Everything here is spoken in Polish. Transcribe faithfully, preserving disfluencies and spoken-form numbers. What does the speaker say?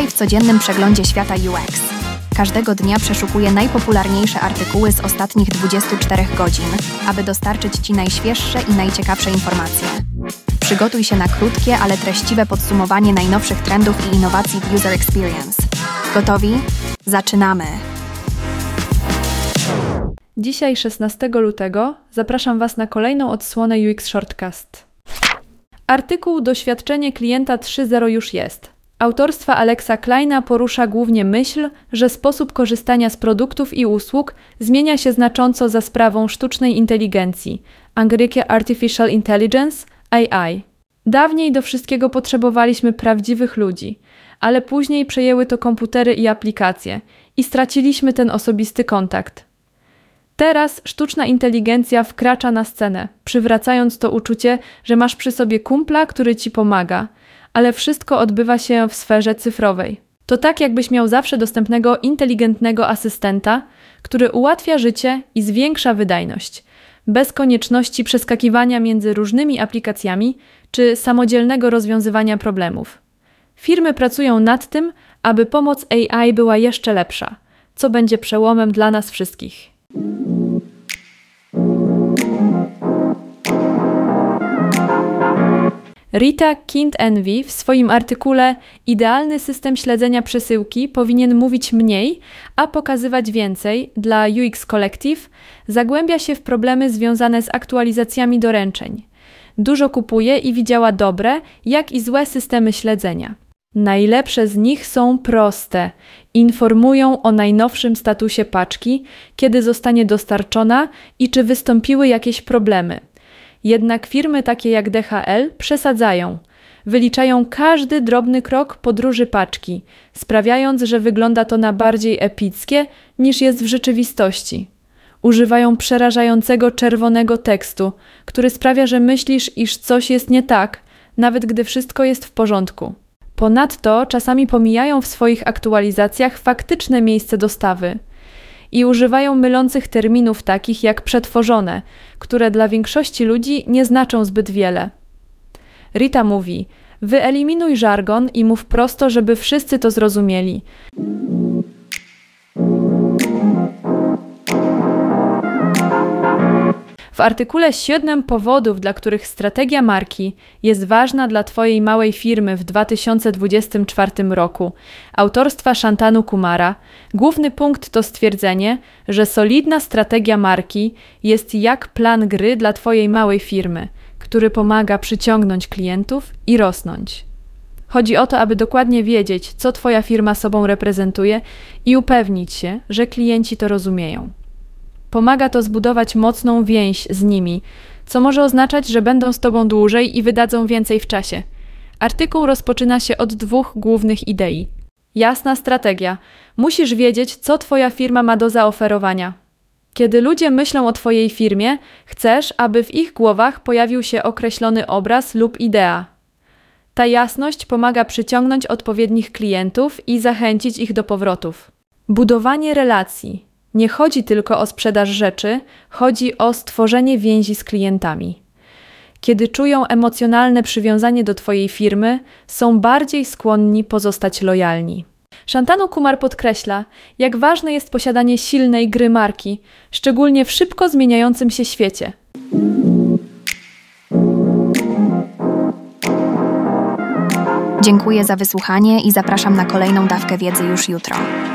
Witaj w codziennym przeglądzie świata U X. Każdego dnia przeszukuję najpopularniejsze artykuły z ostatnich dwudziestu czterech godzin, aby dostarczyć Ci najświeższe i najciekawsze informacje. Przygotuj się na krótkie, ale treściwe podsumowanie najnowszych trendów i innowacji w User Experience. Gotowi? Zaczynamy! Dzisiaj, szesnastego lutego, zapraszam Was na kolejną odsłonę U X Shortcast. Artykuł Doświadczenie klienta trzy zero już jest. Autorstwa Alexa Kleina porusza głównie myśl, że sposób korzystania z produktów i usług zmienia się znacząco za sprawą sztucznej inteligencji, angielskie Artificial Intelligence, A I. Dawniej do wszystkiego potrzebowaliśmy prawdziwych ludzi, ale później przejęły to komputery i aplikacje i straciliśmy ten osobisty kontakt. Teraz sztuczna inteligencja wkracza na scenę, przywracając to uczucie, że masz przy sobie kumpla, który ci pomaga, ale wszystko odbywa się w sferze cyfrowej. To tak, jakbyś miał zawsze dostępnego inteligentnego asystenta, który ułatwia życie i zwiększa wydajność, bez konieczności przeskakiwania między różnymi aplikacjami czy samodzielnego rozwiązywania problemów. Firmy pracują nad tym, aby pomoc A I była jeszcze lepsza, co będzie przełomem dla nas wszystkich. Rita Kind-Envy w swoim artykule Idealny system śledzenia przesyłki powinien mówić mniej, a pokazywać więcej dla U X Collective zagłębia się w problemy związane z aktualizacjami doręczeń. Dużo kupuje i widziała dobre, jak i złe systemy śledzenia. Najlepsze z nich są proste. Informują o najnowszym statusie paczki, kiedy zostanie dostarczona i czy wystąpiły jakieś problemy. Jednak firmy takie jak D H L przesadzają. Wyliczają każdy drobny krok podróży paczki, sprawiając, że wygląda to na bardziej epickie niż jest w rzeczywistości. Używają przerażającego czerwonego tekstu, który sprawia, że myślisz, iż coś jest nie tak, nawet gdy wszystko jest w porządku. Ponadto czasami pomijają w swoich aktualizacjach faktyczne miejsce dostawy i używają mylących terminów takich jak przetworzone, które dla większości ludzi nie znaczą zbyt wiele. Rita mówi: wyeliminuj żargon i mów prosto, żeby wszyscy to zrozumieli. W artykule siedem powodów, dla których strategia marki jest ważna dla Twojej małej firmy w dwa tysiące dwudziestym czwartym roku, autorstwa Shantanu Kumara, główny punkt to stwierdzenie, że solidna strategia marki jest jak plan gry dla Twojej małej firmy, który pomaga przyciągnąć klientów i rosnąć. Chodzi o to, aby dokładnie wiedzieć, co Twoja firma sobą reprezentuje i upewnić się, że klienci to rozumieją. Pomaga to zbudować mocną więź z nimi, co może oznaczać, że będą z Tobą dłużej i wydadzą więcej w czasie. Artykuł rozpoczyna się od dwóch głównych idei. Jasna strategia. Musisz wiedzieć, co Twoja firma ma do zaoferowania. Kiedy ludzie myślą o Twojej firmie, chcesz, aby w ich głowach pojawił się określony obraz lub idea. Ta jasność pomaga przyciągnąć odpowiednich klientów i zachęcić ich do powrotów. Budowanie relacji. Nie chodzi tylko o sprzedaż rzeczy, chodzi o stworzenie więzi z klientami. Kiedy czują emocjonalne przywiązanie do Twojej firmy, są bardziej skłonni pozostać lojalni. Shantanu Kumar podkreśla, jak ważne jest posiadanie silnej gry marki, szczególnie w szybko zmieniającym się świecie. Dziękuję za wysłuchanie i zapraszam na kolejną dawkę wiedzy już jutro.